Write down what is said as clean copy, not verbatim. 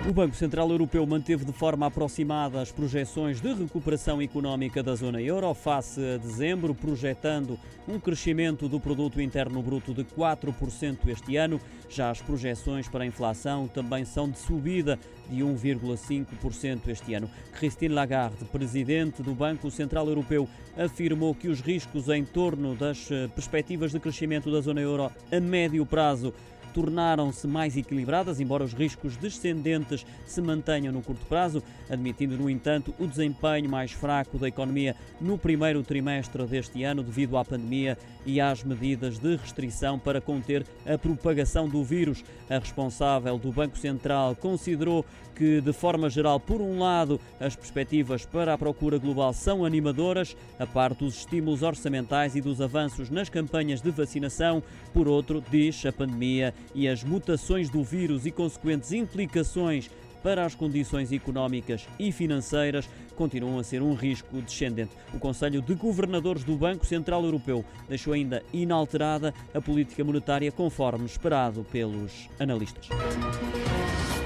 O Banco Central Europeu manteve de forma aproximada as projeções de recuperação económica da zona euro face a dezembro, projetando um crescimento do produto interno bruto de 4% este ano. Já as projeções para a inflação também são de subida de 1,5% este ano. Christine Lagarde, presidente do Banco Central Europeu, afirmou que os riscos em torno das perspectivas de crescimento da zona euro a médio prazo tornaram-se mais equilibradas, embora os riscos descendentes se mantenham no curto prazo, admitindo, no entanto, o desempenho mais fraco da economia no primeiro trimestre deste ano devido à pandemia e às medidas de restrição para conter a propagação do vírus. A responsável do Banco Central considerou que, de forma geral, por um lado, as perspectivas para a procura global são animadoras, a par dos estímulos orçamentais e dos avanços nas campanhas de vacinação. Por outro, diz, a pandemia e as mutações do vírus e consequentes implicações para as condições económicas e financeiras continuam a ser um risco descendente. O Conselho de Governadores do Banco Central Europeu deixou ainda inalterada a política monetária conforme esperado pelos analistas.